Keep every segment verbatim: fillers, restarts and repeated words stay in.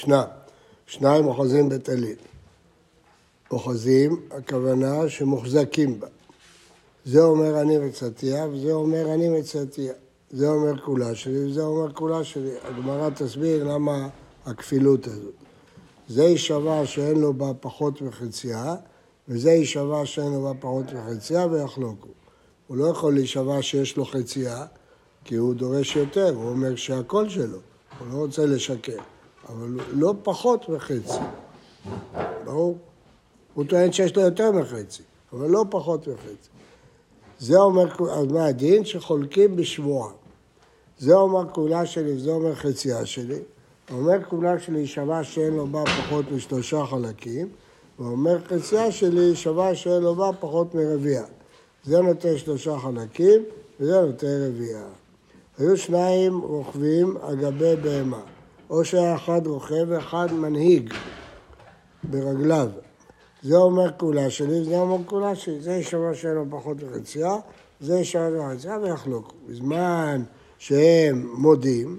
שניים, שניים אוחזים בטלית. אוחזים, הכוונה שמוחזקים בה. זה אומר אני מצאתיה, וזה אומר אני מצאתיה. זה אומר כולה שלי, וזה אומר כולה שלי. הגמרא תסביר למה הכפילות הזאת. זה יישבע שאין לו בה פחות מחציה, וזה יישבע שאין לו בה פחות מחציה, ויחלוקו. הוא לא יכול להישבע שיש לו חציה, כי הוא דורש יותר, הוא אומר שהכל שלו. הוא לא רוצה לשקר, אבל לא פחות מחצי. ברור? הוא טוען שיש לו יותר מחצי, אבל לא פחות מחצי. זה אומר, אז מה הדין? שחולקים בשבועה. זה אומר כולה שלי, זה אומר חצייה שלי. הוא אומר כולה שלי שווה שאין לו בה פחות משלושה חלקים, ואומר חצייה שלי שווה שאין לו בה פחות מרביעה. זה נותן שלושה חלקים, וזה נותן רביעה. היו שניים רוכבים על גבי בהמה, או שהיה אחד רוכב ואחד מנהיג ברגליו. זה אומר כולה שלי, זה אומר כולה שלי. זה שווה שאין לו פחות מחצייה, זה שווה מחצייה ויחלוקו. בזמן שהם מודים,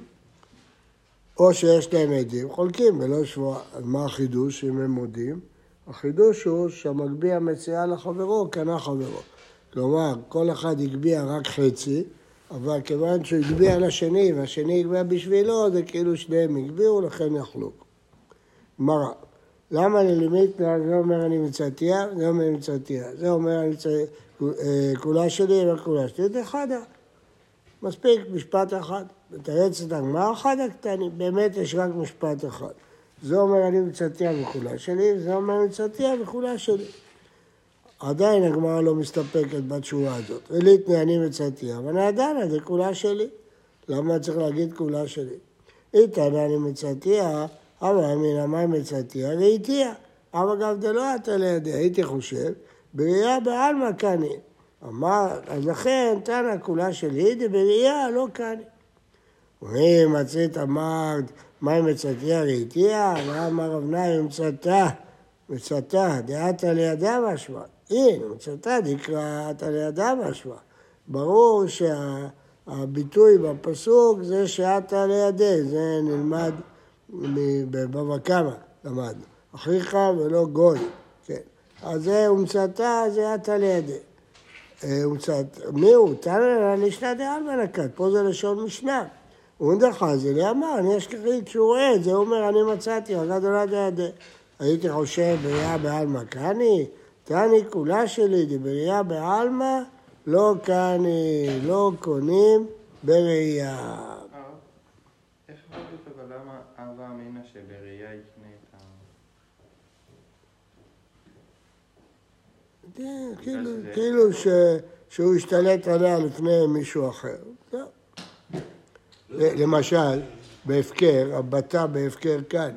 או שיש להם עדים, חולקים ולא שבועה. אז מה החידוש אם הם מודים? החידוש הוא שהמגביע מציעה לחברו, קנה חברו. כלומר, כל אחד יגביע רק חצי, אבל כיוון שהוא יגביע לשני והשני יגביע בשבילו, זה כאילו שניהם יגביעו, לכן יחלוקו. מראה. למה ללימיתנא? זה אומר אני מצאתיה, זה אומר אני מצאתיה. זה אומר אני מצאתיה, כולה שלי וכולה שלי. זה אחד. מספיק משפט אחד. מתרץ את הגמרא, אחד הקטנים. באמת יש רק משפט אחד. זה אומר אני מצאתיה וכולה שלי, זה אומר אני מצאתיה וכולה שלי. עדיין הגמרא לא מסתפקת בתשובה הזאת. וליתני אני מצאתיה, אבל עדיין זה כולה שלי. למה צריך להגיד כולה שלי? איתן אני מצאתיה, אבל מן המים מצאתיה ראיתיה. אבל גם זה לא אתה לידי, הייתי חושב, בראייה בעלמא קני. אמר, אז לכן תנא כולה שלי, זה בראייה לא קני. ואם מצאת אמרת, מים מצאתיה ראיתיה, ואמר רב נאי מצאתה, מצאתה, דעתה לידה משמע. הנה, מצאתה דקרא עתה לידה משמע. ברור שהביטוי בפסוק זה שעתה לידי, זה נלמד בבבא קמא, למד. אחיך ולא גוי, כן. אז זה ומצאתה, זה עתה לידי. מי הוא? תנא לשנת דעלמא נקט, פה זה לשון משנה. הוא דחה, זה לי אמר, אני אשכחית שהוא רואה את זה, הוא אומר, אני מצאתי, אגד עולה דידי. הייתי חושב בראייה בעלמא קני, תני כולה שלי, דבראייה בעלמא, לא קני, לא קונים בראייה. איך יכול להיות אבל למה אבא אמינא שבראייה יקנה את ה... כאילו שהוא השתלט עליה לפני מישהו אחר. למשל, בהפקר, הבטה בהפקר קני.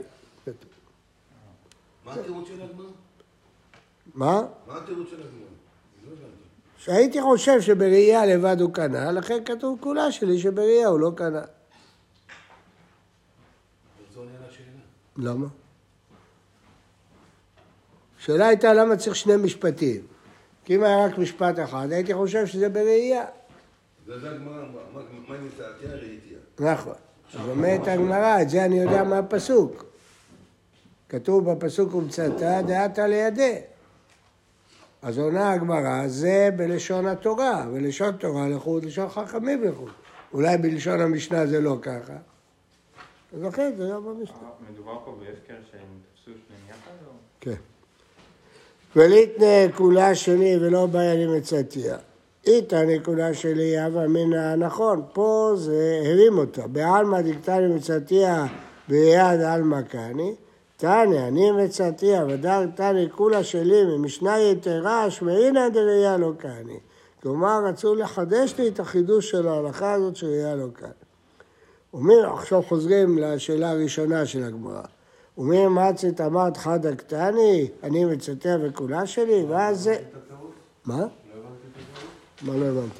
מה התירוץ של הגמרא? מה? מה התירוץ של הגמרא? שהייתי חושב שבראייה לבד הוא קנה, לכן כתוב כולה שלי שבראייה הוא לא קנה. זו עונה לשאלה. למה? השאלה הייתה למה צריך שני משפטים. כי אם היה רק משפט אחד, הייתי חושב שזה בראייה. זה הגמרא, מה אם מצאתיה ראיתיה? נכון. אז אומרת הגמרא, את זה אני יודע מהפסוק. כתוב בפסוק ומצאתה דעתה לידי. אז עונה הגמרא, זה בלשון התורה, ולשון תורה לחוד, לשון חכמים לחוד. אולי בלשון המשנה זה לא ככה. אז לכן זה לא במשנה. מדובר פה בהפקר שהם תפסו שניהם יחד או? כן. וליתנה כולה שלי ולא באי אני מצאתיה. איתני כולה שלי, אבל מן הנכון, פה זה הרים אותה. בעלמא דקתני מצאתיה ביד עלמא קני, תני, אני מצאתיה, ודר תני כולה שלי ממשנה יתרה, שמעינא דראייה לא קני. כלומר, רצו לחדש לי את החידוש של ההלכה הזאת שראייה לא קני. אומר, עכשיו חוזרים לשאלה הראשונה של הגמרא. אומר, מצאת אמרת חדא קטני, אני מצאתיה וכולה שלי, ואז זה... מה? מה לא הבנת?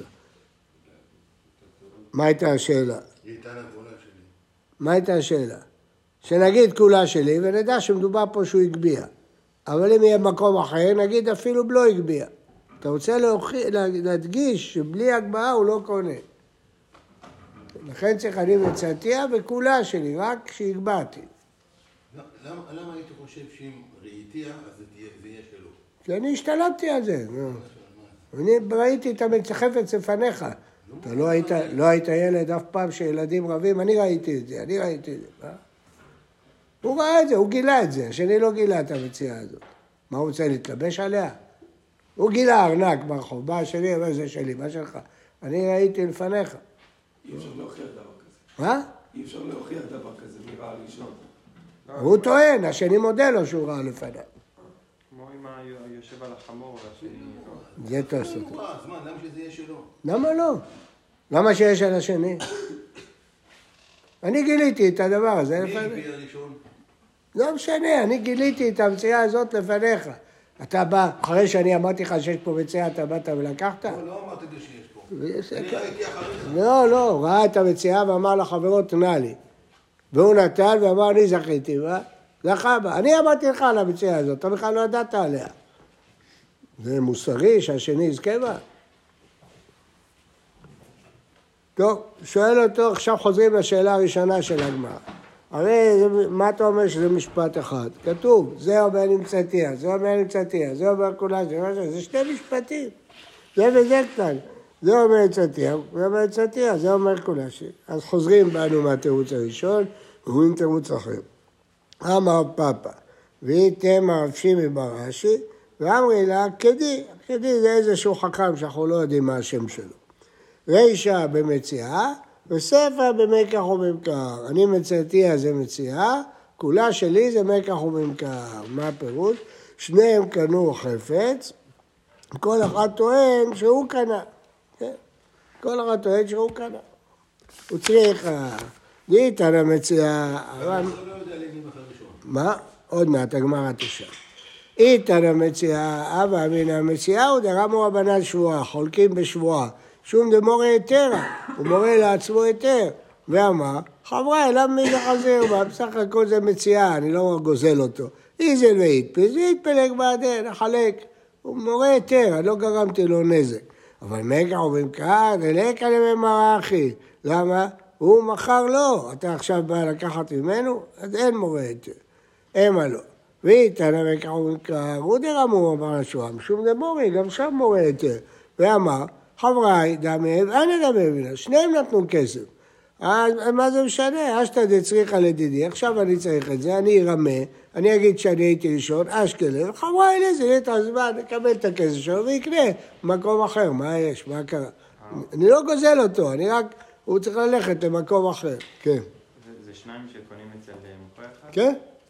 מה הייתה השאלה? מה הייתה השאלה? שנגיד כולה שלי ונדע שמדובר פה שהוא הגביע. אבל אם יהיה מקום אחר, נגיד אפילו לא הגביע. אתה רוצה להדגיש שבלי הגבהה הוא לא קונה. לכן צריך אני מצאתיה וכולה שלי, רק כשהגבעתי. לא, חושב שאם ראיתיה, אז זה יהיה שלו. כי אני השתלטתי על זה. אני ראיתי את המצחפת לפניך. אתה לא היית, לא היית ילד אף פעם שילדים רבים, אני ראיתי את זה, אני ראיתי את זה. הוא ראה את זה, הוא גילה את זה, השני לא גילה את המציאה הזאת. מה הוא רוצה להתלבש עליה? הוא גילה ארנק ברחוב, בא השני, אבל זה שלי, מה שלך? אני ראיתי לפניך. אי אפשר להוכיח דבר כזה. מה? אי אפשר להוכיח דבר כזה, מראה ראשון. הוא טוען, השני מודה לו שהוא ראה לפניו. כמו אם היושב על החמור והשני... זה תוספות. אז מה, למה שזה יהיה שלו? למה לא? למה שיש על השני? אני גיליתי את הדבר הזה מי לפניך. הביא הראשון? לא משנה, אני גיליתי את המציאה הזאת לפניך. אתה בא, אחרי שאני אמרתי לך שיש פה מציאה, אתה באת ולקחת? לא, לא אמרתי לי שיש פה. אני ראיתי אחריך. לא, לא, הוא ראה את המציאה ואמר לחברו, תנה לי. והוא נתן ואמר, אני זכיתי, מה? זכה בה. אני אמרתי לך על המציאה הזאת, אתה בכלל לא ידעת עליה. זה מוסרי שהשני יזכה בה. טוב, שואל אותו, עכשיו חוזרים לשאלה הראשונה של הגמרא. הרי מה אתה אומר שזה משפט אחד? כתוב, זה אומר נמצאתיה, זה אומר נמצאתיה, זה אומר כולה, זה אומר זה שני משפטים. זה וזה קטן. זה אומר נמצאתיה, זה אומר נמצאתיה, זה אומר כולה. אז חוזרים בנו מהתירוץ הראשון, והוא עם תירוץ אחר. אמר פאפה, ואיתם הרבשי מברשי, ואמרי לה, כדי, כדי זה איזשהו חכם שאנחנו לא יודעים מה השם שלו. רישה במציאה, וספר במקח ובמקר. אני מצאתיה זה מציאה, כולה שלי זה מקח ובמקר. מה הפירוש? שניהם קנו חפץ, כל אחד טוען שהוא קנה. כן? כל אחד טוען שהוא קנה. הוא צריך, דהיתן המציאה... אבל אני לא יודע להגיד לך ראשון. מה? עוד מעט, הגמרא תשאל. איתן המציאה, אבא מן המציאה, הוא דרמו רבנן שבועה, חולקים בשבועה. שום דמורה היתרה, הוא מורה לעצמו היתר. ואמר, חברה, אליו מי זה חזיר בה? בסך הכל זה מציאה, אני לא גוזל אותו. איזל ואיתפי, זה יתפלג בעדי, נחלק. הוא מורה היתר, אני לא גרמתי לו נזק. אבל מקח ובמקר, דלקה לממרה אחי. למה? הוא מכר לו. אתה עכשיו בא לקחת ממנו? אז אין מורה היתר. אמה לא. ואיתן המקח ובמקר, הוא דרמו אמר לשועם, שום דמורי, גם שם מורה היתר. ואמר, חבריי, דמם, אנה דמם, שניהם נתנו כסף. אז מה זה משנה? אשתא דצריכה לדידי, עכשיו אני צריך את זה, אני ארמה, אני אגיד שאני הייתי ראשון, אשכלה, חבריי, איזה נית הזמן, נקבל את הכסף שלו ויקנה במקום אחר, מה יש, מה קרה? אני לא גוזל אותו, אני רק, הוא צריך ללכת למקום אחר, כן. זה שניים שקונים אצל מוכר אחד? כן?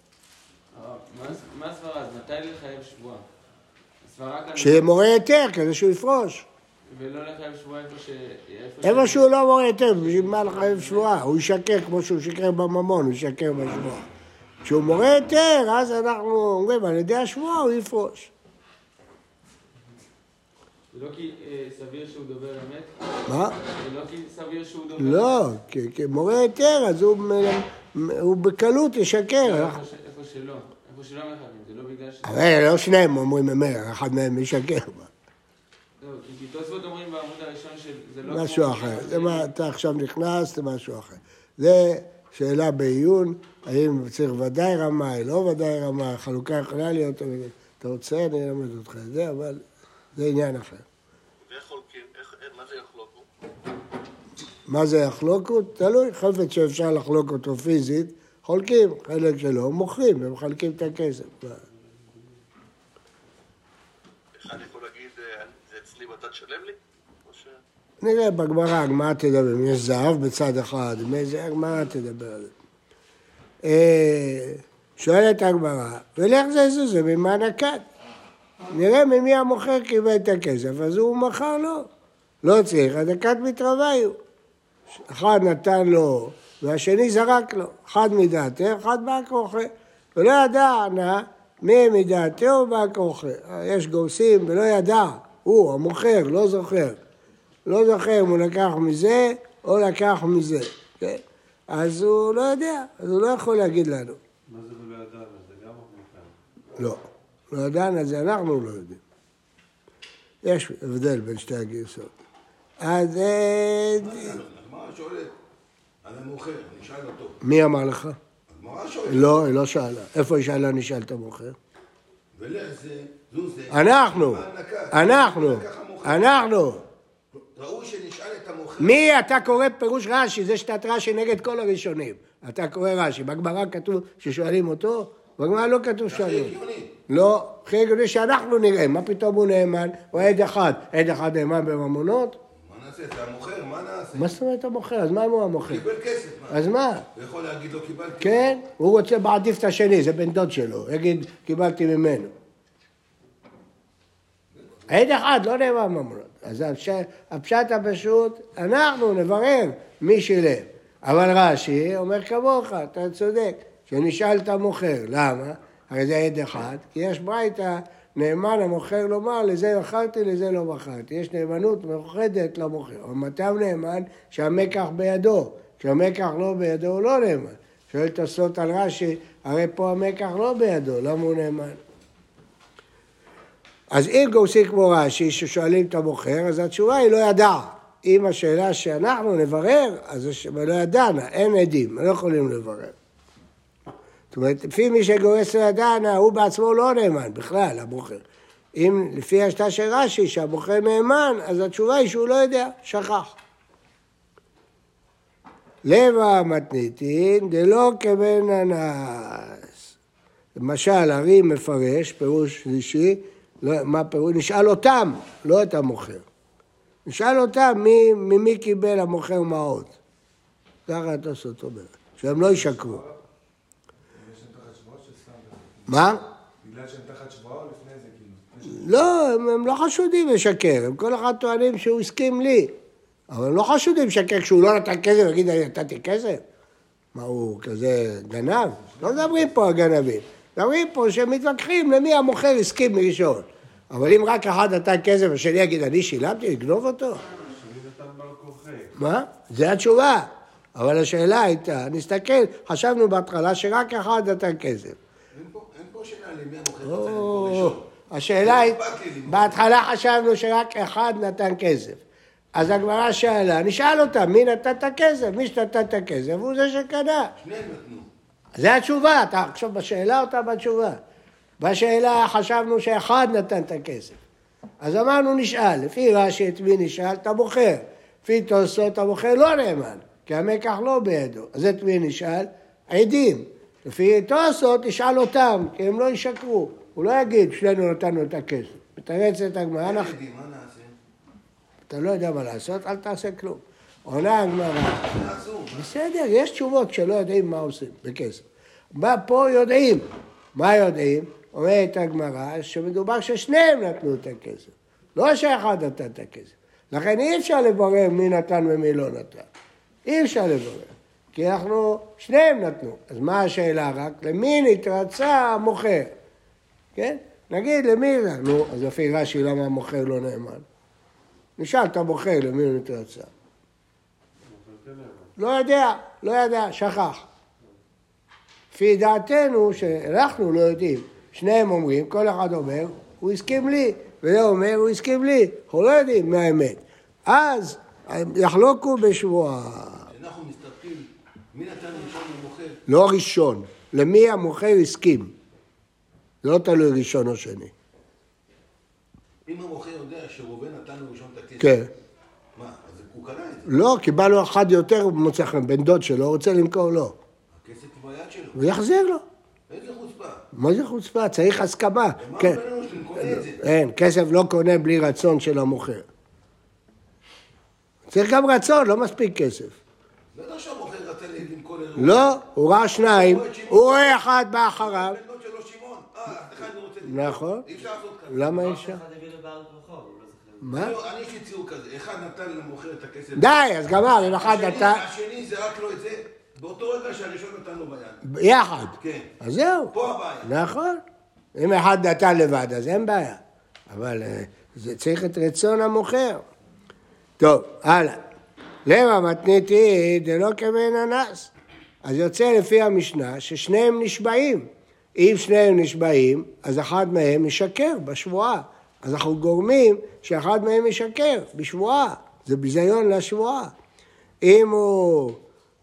מה הסברה? אז מתי לחייב שבועה? הסברה כאן... שמורה היתר, כדי שהוא יפרוש. ולא לחייב שבועה איפה ש... איפה שהוא לא מורה היתר, בשביל מה לחייב שבועה? הוא ישקר כמו שהוא שקר בממון, הוא ישקר בשבועה. כשהוא מורה היתר, אז אנחנו אומרים, על ידי השבועה הוא יפרוש. זה לא כי סביר שהוא דובר אמת? מה? זה לא כי סביר שהוא דובר... לא, כי מורה היתר, אז הוא בקלות ישקר. איפה שלא, איפה שלא מחייבים, זה לא בגלל ש... אבל לא שניהם אומרים אמת, אחד מהם ישקר. כי תוספות אומרים בעמוד הראשון שזה לא... משהו אחר, אתה עכשיו נכנס, זה משהו אחר. זה שאלה בעיון, האם צריך ודאי רמה, לא ודאי רמה, החלוקה יכולה להיות, אתה רוצה, אני אלמד אותך את זה, אבל זה עניין אחר. ואיך חולקים? מה זה יחלוקו? מה זה יחלוקו? תלוי, חפץ שאפשר לחלוק אותו פיזית, חולקים, חלק שלו, מוכרים ומחלקים את הכסף. אחד יכול להגיד, זה אצלי ואתה תשלם לי? נראה בגמרא, הגמרא תדבר, אם יש זהב בצד אחד, מאיזה הגמרא תדבר על זה. שואלת הגמרא, ולך זה זו זה ממה נקד? נראה ממי המוכר קיבל את הכסף, אז הוא מכר לו. לא צריך, הדקת מתרוויו. אחד נתן לו, והשני זרק לו. אחד מדעתו, אחד בא כרוכה. ולא ידע, נע, מי מדעתו ובא כרוכה. יש גורסים ולא ידע, הוא המוכר, לא זוכר. לא זוכר אם הוא לקח מזה או לקח מזה. כן? אז הוא לא יודע, אז הוא לא יכול להגיד לנו. מה זה ולא ידענו? זה גם מוכר. לא. לא ידענו, אז אנחנו לא יודעים. יש הבדל בין שתי הגרסות. אז... מה שואלת? על המוכר, נשאל אותו. מי אמר לך? הגמרא שואלת. לא, היא לא שאלה. איפה היא שאלה נשאל את המוכר? ולך זה, זו זה. אנחנו, מה לקח? אנחנו, לקח המוכר. אנחנו. ראוי שנשאל את המוכר. מי אתה קורא פירוש רש"י? זה שתת רש"י נגד כל הראשונים. אתה קורא רש"י. בגמרא כתוב ששואלים אותו? בגמרא לא כתוב שואלים. הכי הגיוני. לא, הכי הגיוני שאנחנו נראה. מה פתאום הוא נאמן? הוא עד אחד. עד אחד נאמן בממונות? מה נעשה? זה המוכר, מה נעשה? מה זאת אומרת המוכר? אז מה אם הוא המוכר? קיבל כסף. מה? אז מה? הוא יכול להגיד לו קיבלתי. כן, הוא רוצה בעדיף את השני, זה בן דוד שלו. יגיד, קיבלתי ממנו. עד אחד, לא נאמן בממונות. אז הפשט הפשוט, אנחנו נברר מי שילם. אבל רש"י אומר כמוך, אתה צודק, שנשאל את המוכר. למה? הרי זה עד אחד, כי יש ברייתא, נאמן המוכר לומר, לזה מכרתי, לזה לא מכרתי. יש נאמנות מיוחדת למוכר. אבל מתי הוא נאמן? שהמקח בידו. כשהמקח לא בידו, הוא לא נאמן. שואל תוספות על רש"י, הרי פה המקח לא בידו, למה הוא נאמן? אז אם גורסים כמו רש"י, ששואלים את המוכר, אז התשובה היא לא ידע. אם השאלה שאנחנו נברר, אז לא ידענה, אין עדים, לא יכולים לברר. זאת אומרת, לפי מי שגורס לא ידענה, הוא בעצמו לא נאמן, בכלל, המוכר. אם לפי השתה של רש"י, שהמוכר נאמן, אז התשובה היא שהוא לא יודע, שכח. למה מתניתין, דלא כבן אנס. למשל, הרי מפרש, פירוש שלישי, לא, מה פירוש? נשאל אותם, לא את המוכר. נשאל אותם מי, ממי קיבל המוכר מעות. ככה אתה עושה אותו אומר, שהם לא ישקרו. מה? בגלל שהם תחת שבועה או לפני זה כאילו? לא, הם, הם לא חשודים לשקר, הם כל אחד טוענים שהוא הסכים לי. אבל הם לא חשודים לשקר כשהוא לא נתן כסף, ויגיד, אני נתתי כסף? מה, הוא כזה גנב? לא מדברים פה על גנבים. מדברים פה שהם מתווכחים למי המוכר הסכים מראשון. אבל אם רק אחד נתן כסף, השני יגיד, אני שילמתי, לגנוב אותו? מה? זה התשובה. אבל השאלה הייתה, נסתכל, חשבנו בהתחלה שרק אחד נתן כסף. אין פה שאלה למי המוכר רצה למכור ראשון. השאלה היא, בהתחלה חשבנו שרק אחד נתן כסף. אז הגמרא שאלה, נשאל אותה, מי נתן את הכסף? מי שנתן את הכסף הוא זה שקנה. שניהם נתנו. זה התשובה, אתה עכשיו בשאלה אותה בתשובה. בשאלה חשבנו שאחד נתן את הכסף. אז אמרנו נשאל, לפי רש"י את מי נשאל? את המוכר. לפי תוספות המוכר לא נאמן, כי המקח לא בידו. אז את מי נשאל? עדים. לפי תוספות נשאל אותם, כי הם לא ישקרו. הוא לא יגיד, שנינו נתנו את הכסף. מתרצת הגמרא. מה נעשה? אתה לא יודע מה לעשות, אל תעשה כלום. עונה הגמרא. בסדר, יש תשובות שלא יודעים מה עושים בכסף. פה יודעים. מה יודעים? אומרת הגמרא שמדובר ששניהם נתנו את הכסף. לא שאחד נתן את הכסף. לכן אי אפשר לברר מי נתן ומי לא נתן. אי אפשר לברר. כי אנחנו, שניהם נתנו. אז מה השאלה רק? למי נתרצה המוכר? כן? נגיד למי זה? נו, אז לפי רש"י למה המוכר לא נאמן? נשאל את המוכר למי הוא נתרצה. לא יודע, לא יודע, שכח. לפי דעתנו שאנחנו לא יודעים, שניהם אומרים, כל אחד אומר, הוא הסכים לי, וזה אומר, הוא הסכים לי, אנחנו לא יודעים מה האמת. אז יחלוקו בשבועה. אנחנו מסתפקים, מי נתן ראשון למוכר? לא ראשון, למי המוכר הסכים. זה לא תלוי ראשון או שני. אם המוכר יודע שרובן נתן לו ראשון את הכסף, כן. מה, אז הוא קנה את זה? לא, קיבלנו אחד יותר מוצא חן, בן דוד שלו, רוצה למכור לו. הכסף ביד שלו. הוא יחזיר לו. איזה חוצפה? מה זה חוצפה? צריך הסכמה. ומה כן. בינינו שאתם קונה את זה? אין, כסף לא קונה בלי רצון של המוכר. צריך גם רצון, לא מספיק כסף. בטח שהמוכר רצה למכור לרוב. לא, הוא ראה שניים, הוא רואה אחד בא אחריו. בן דוד שלו שמעון. אה, אחד אני רוצה... נכון. אי אפשר לעשות כזה. למה אי אפשר? מה? לא, אני יש לי ציור כזה, אחד נתן למוכר את הכסף. די, אז גמר, אם אחד השני- נתן, השני זרק לו את זה, באותו רגע שהראשון נתן לו ביד. יחד. כן. אז זהו. פה הבעיה. נכון. אם אחד נתן לבד, אז אין בעיה. אבל אה, זה צריך את רצון המוכר. טוב, הלאה. למה מתניתי דלא כבן אנס? אז יוצא לפי המשנה ששניהם נשבעים. אם שניהם נשבעים, אז אחד מהם ישקר בשבועה. אז אנחנו גורמים שאחד מהם ישקר בשבועה. זה ביזיון לשבועה. אם הוא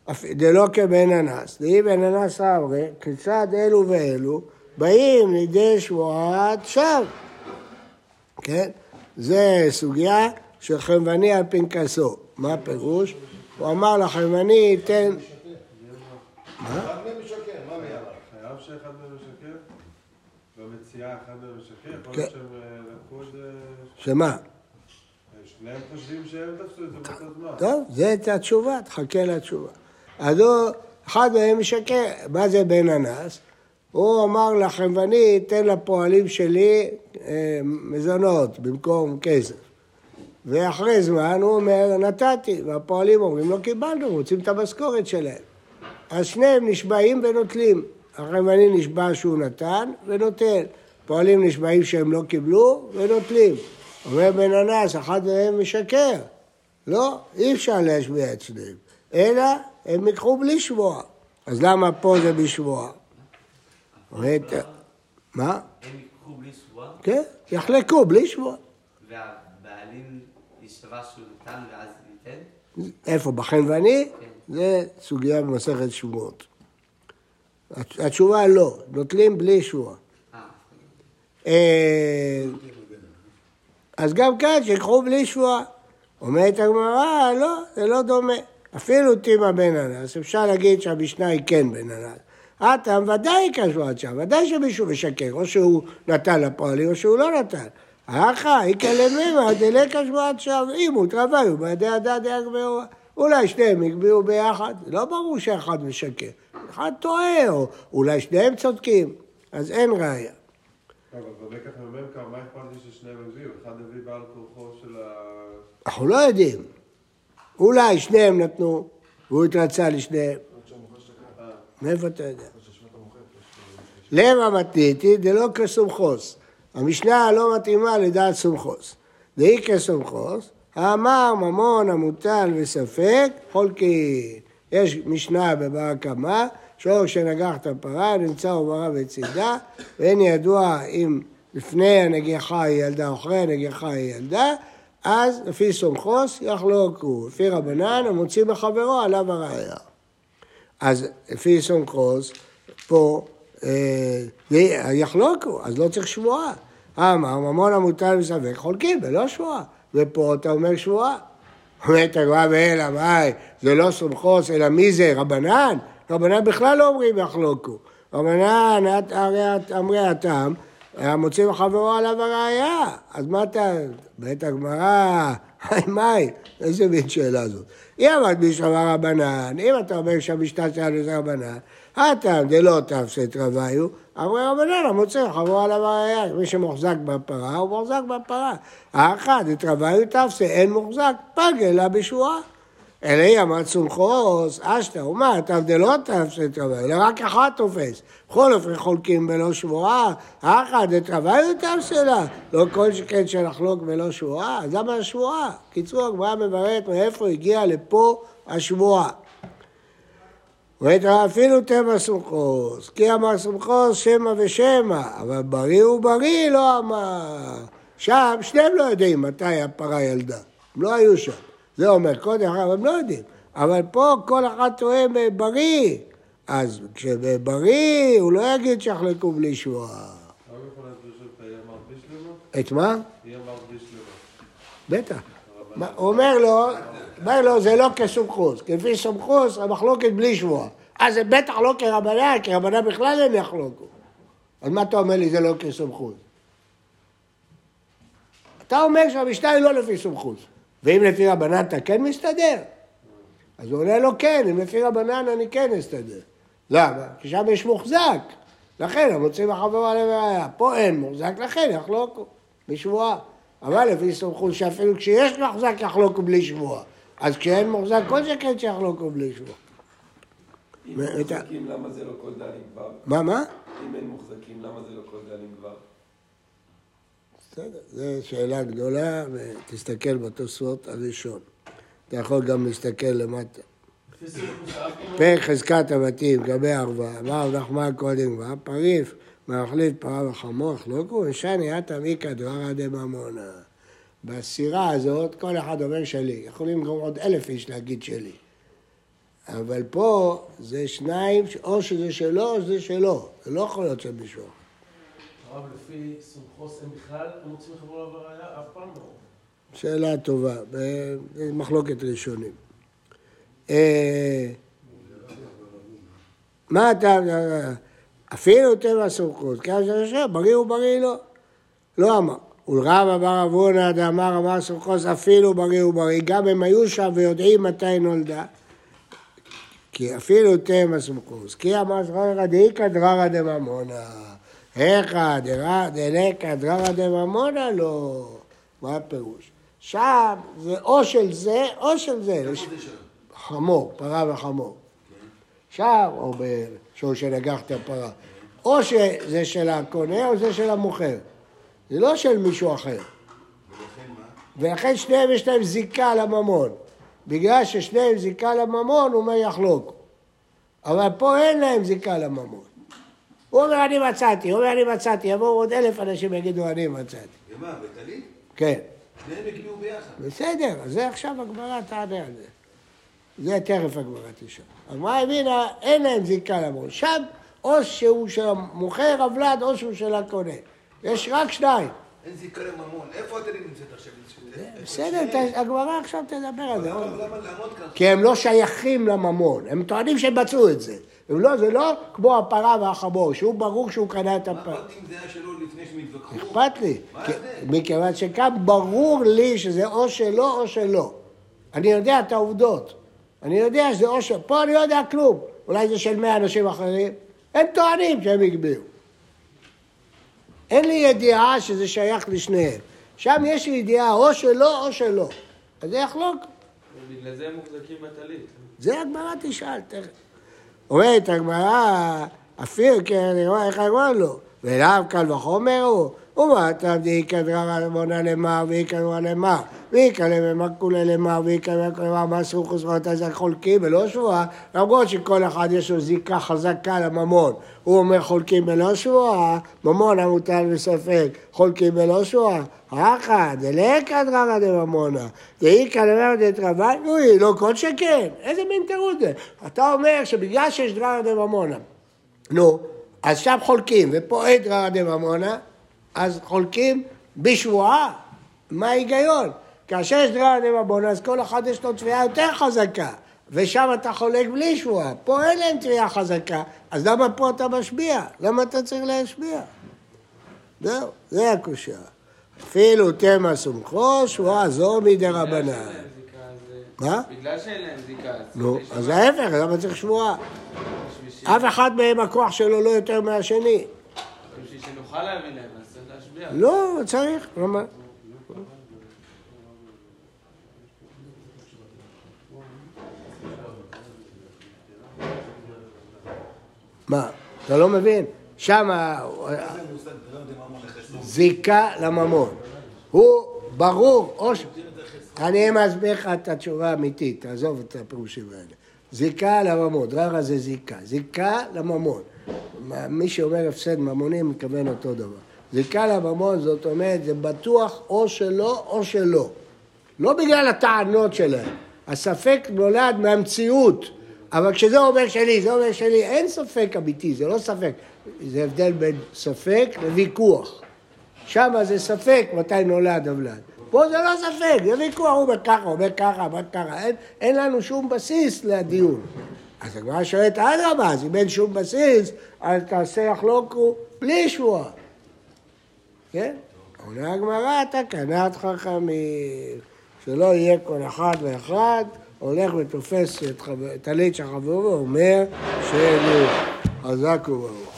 דלא כבן אנס, דהי בן אנס אמרי, כיצד אלו ואלו באים לידי שבועת שווא. כן? זה סוגיה של חנווני על פנקסו. מה הפירוש? הוא אמר לחנווני, ייתן... מה? אחד מהם משקר, מה מהם? חייב שאחד מהם משקר? במציאה אחד מהם משקר? יכול להיות שהם לקחו את זה... שמה? שניהם חושבים שהם תפסו את זה באותו זמן. טוב, זה את התשובה, תחכה לתשובה. אז הוא, אחד מהם משקר, מה זה בן אנס? הוא אמר לחנווני, תן לפועלים שלי אה, מזונות במקום כסף. ואחרי זמן הוא אומר, נתתי, והפועלים אומרים, לא קיבלנו, רוצים את המשכורת שלהם. אז שניהם נשבעים ונוטלים. החנווני נשבע שהוא נתן ונוטל. פועלים נשבעים שהם לא קיבלו ונוטלים. אומר בן אנס, אחד מהם משקר. לא, אי אפשר להשביע את שניהם. אלא הם יקחו בלי שבועה. אז למה פה זה בשבועה? מה? הם יקחו בלי שבועה? כן, יחלקו בלי שבועה. והבעלים ישבע שהוא נתן ואז ניתן? איפה? בחנווני? כן. זה סוגיה במסכת שבועות. התשובה לא, נוטלים בלי שבועה. אה. אז גם כאן שיקחו בלי שבועה. אומרת הגמרא, לא, זה לא דומה. אפילו תימא בן אנס, אפשר להגיד שהמשנה היא כן בן אנס. אתם ודאי כשבועת שווא, ודאי שמישהו משקר, או שהוא נתן לפועלים או שהוא לא נתן. האחא, איקא למימא, דלקא שבועת שווא, אם הוא תרוויו בידי הדד יגברו. אולי שניהם יגביעו ביחד, לא ברור שאחד משקר. אחד טועה, או אולי שניהם צודקים, אז אין ראיה. אבל בלקח מממקר, מה אכפת לי ששניהם הביאו? אחד הביא בעל כורחו של ה... אנחנו לא יודעים. אולי שניהם נתנו, והוא התרצה לשניהם. מאיפה אתה יודע? למה מתניתי, דלא כסומכוס. המשנה לא מתאימה לדעת סומכוס. דהי כסומכוס, האמר ממון המוטל וספק, חולקי. יש משנה בבר קמא, שור שנגח את הפרה, נמצא עוברה בצידה, ואין ידוע אם לפני הנגיחה היא ילדה או אחרי הנגיחה היא ילדה, אז לפי סומכוס יחלוקו. לפי רבנן המוציא בחברו עליו הראיה. אז לפי סומכוס, פה אה, יחלוקו, אז לא צריך שבועה. אמר, ממון המוטל וספק, חולקים, ולא שבועה. ופה אתה אומר שבועה. אומרת הגמרא ואלא, מאי, זה לא סומכוס, אלא מי זה? רבנן? רבנן בכלל לא אומרים יחלוקו. רבנן, אמרי הטעם, המוציא בחברו עליו הראיה. אז מה אתה... בית הגמרא, היי מאי, איזה מין שאלה זאת? אם אמרת בשבע רבנן, אם אתה אומר שהמשנה שלנו זה רבנן, הטעם דלא תפסת רוויו, אמרי רבנן, המוציא בחברו עליו הראיה. מי שמוחזק בפרה, הוא מוחזק בפרה. האחד, את רוויו תפסה, אין מוחזק, פג אלא בשבועה. אלא היא אמרת סומכוס, אשתה, ומה, אתה דלא תפסת רוויו, אלא רק אחד תופס. בכל אופן חולקים בלא שבועה, האחד, את רוויו תפסה לה, לא כל שכן שנחלוק בלא שבועה, אז למה השבועה? קיצור, הגמרא מבארת מאיפה הגיע לפה השבועה. אפילו תמה סומכוס, כי אמר סומכוס שמא ושמא, אבל בריא הוא בריא לא אמר. שם שניהם לא יודעים מתי הפרה ילדה, הם לא היו שם. זה אומר קודם, אבל הם לא יודעים. אבל פה כל אחד טועה בריא, אז כשבריא הוא לא יגיד שיחלקו בלי שבועה. מה יכול להסביר שאתה יהיה מרביש למה? את מה? יהיה מרביש למה. בטח. הוא אומר לו, אומר לו, זה לא כסומכוס, כפי סומכוס, המחלוקת בלי שבועה. אז זה בטח לא כרבנן, כי רבנן בכלל אין יחלוקו. אז מה אתה אומר לי, זה לא כסומכוס? אתה אומר שהמשנה היא לא לפי סומכוס. ואם לפי רבנן אתה כן מסתדר? אז הוא אומר לו כן, אם לפי רבנן אני כן אסתדר. למה? כי שם יש מוחזק. לכן המוציא בחברו עליו הראיה. פה אין מוחזק, לכן יחלוקו בשבועה. אבל לפי סומכות שאפילו כשיש מוחזק יחלוקו בלי שבועה. אז כשאין מוחזק כל שכן שיחלוקו בלי שבועה. אם אין מוחזקים, למה זה לא כל דנים כבר? מה, מה? אם אין מוחזקים, למה זה לא כל דנים כבר? בסדר, זו שאלה גדולה, ותסתכל בתוספות הראשון. אתה יכול גם להסתכל למטה. פרק חזקת הבתים, גבי ערווה, אמר נחמן קודם כבר, פריף, מאכלית פרה וחמור, חלוקו, ושני עתה מיקא דברא דממונא. בסירה הזאת, כל אחד אומר שלי. יכולים גם עוד אלף איש להגיד שלי. אבל פה זה שניים, או שזה שלו או שזה שלו. זה לא יכול להיות של מישהו. הרב, לפי סומכוס הם בכלל הם רוצים לחבור לו בראייה? אף פעם לא. שאלה טובה, במחלוקת ראשונים. מה אתה... אפילו טבע סומכות, כי אז זה בריא הוא בריא לא. לא אמר. ולרב אמר אבונה דאמר אמר סומכות אפילו בריא הוא בריא, גם הם היו שם ויודעים מתי נולדה. כי אפילו טבע סומכות. כי אמר סומכות דאיקא דררא דממונא. היכא דלקא דררא דממונא לא. מה הפירוש? שם זה או של זה או של זה. חמור, פרה וחמור. שם, או בשור שנגח את הפרה. או שזה של הקונה או זה של המוכר. זה לא של מישהו אחר. ולכן שניהם יש להם זיקה לממון. בגלל ששניהם זיקה לממון, הוא אומר יחלוק. אבל פה אין להם זיקה לממון. הוא אומר אני מצאתי, הוא אומר אני מצאתי. יבואו עוד אלף אנשים יגידו אני מצאתי. ומה, בטלית? כן. שניהם הגיעו ביחד. בסדר, אז זה עכשיו הגמרא תענה על זה. זה תכף הגמרא תשאל. הגמרא הבינה, אין להם זיקה לממון. שם, או שהוא של המוכר הוולד, או שהוא של הקונה. יש רק שניים. אין זיקה לממון. איפה אתה נמצאת עכשיו? בסדר, הגמרא עכשיו תדבר על זה. למה לעמוד כאן? כי הם לא שייכים לממון. הם טוענים שהם מצאו את זה. לא, זה לא כמו הפרה והחמור, שהוא ברור שהוא קנה את הפרה. מה אכפת אם זה היה שלו לפני שהם התווכחו? אכפת לי. מה זה? מכיוון שכאן ברור לי שזה או שלו או שלו. אני יודע את העובדות. אני יודע שזה או שלו. פה אני לא יודע כלום. אולי זה של מאה אנשים אחרים. הם טוענים שהם הגביעו. אין לי ידיעה שזה שייך לשניהם. שם יש לי ידיעה או שלו או שלו. אז זה יחלוק. ובגלל זה הם מוחזקים בטלית. זה הגמרא תשאל, תכף. אומרת הגמרא, אפילו, כי אני רואה איך הגמרא לו. ולאו קל וחומר הוא. ומה תעבדי כדרר למונה למר ויקדרה למר. ויקה למר כולה למר ויקה למר מה סרוך וסברת הזה חולקים בלא שבועה. למרות שכל אחד יש לו זיקה חזקה לממון. הוא אומר חולקים בלא שבועה. ממון המוטל בספק. חולקים בלא שבועה. אחא דלקא דררא דממונא. דאיקא למר דתרבן. אוי, לא כל שכן. איזה מין תירוץ זה? אתה אומר שבגלל שיש דררא דממונא. נו, אז שם חולקים ופה אין דררא דממונא. אז חולקים בשבועה. מה ההיגיון? כאשר יש דררא דממונא, אז כל אחד יש לו תביעה יותר חזקה. ושם אתה חולק בלי שבועה. פה אין להם תביעה חזקה. אז למה פה אתה משביע? למה אתה צריך להשביע? זהו, זה הקושיה. אפילו תמה סומכו, שבועה זו מדרבנן. מה? בגלל שאין להם זיקה. נו, אז ההפך, למה צריך שבועה? אף אחד מהם הכוח שלו לא יותר מהשני. בשביל שנוכל להבין להם, אז צריך להשביע. לא, צריך. למה? מה? אתה לא מבין? שם זיקה לממון. הוא ברור, או ש... אני מסביר לך את התשובה האמיתית, תעזוב את הפירושים האלה. זיקה לממון, דררא זה זיקה. זיקה לממון. מי שאומר הפסד ממוני מכוון אותו דבר. זיקה לממון זאת אומרת, זה בטוח או שלו או שלו. לא בגלל הטענות שלהם. הספק נולד מהמציאות. אבל כשזה אומר שלי, זה אומר שלי, אין ספק אמיתי, זה לא ספק. זה הבדל בין ספק לוויכוח. שם זה ספק מתי נולד הוולד. פה זה לא ספק, זה ויכוח, הוא אומר ככה, הוא אומר ככה, אומר ככה. אין, אין לנו שום בסיס לדיון. אז הגמרא שואלת אדרבה, אז אם אין שום בסיס, אז תעשה יחלוקו בלי שבועה. כן? עונה הגמרא, תקנת חכמים, שלא יהיה כל אחד ואחד, הולך ותופס את טלית של חברו ואומר שלי חזק וברוך.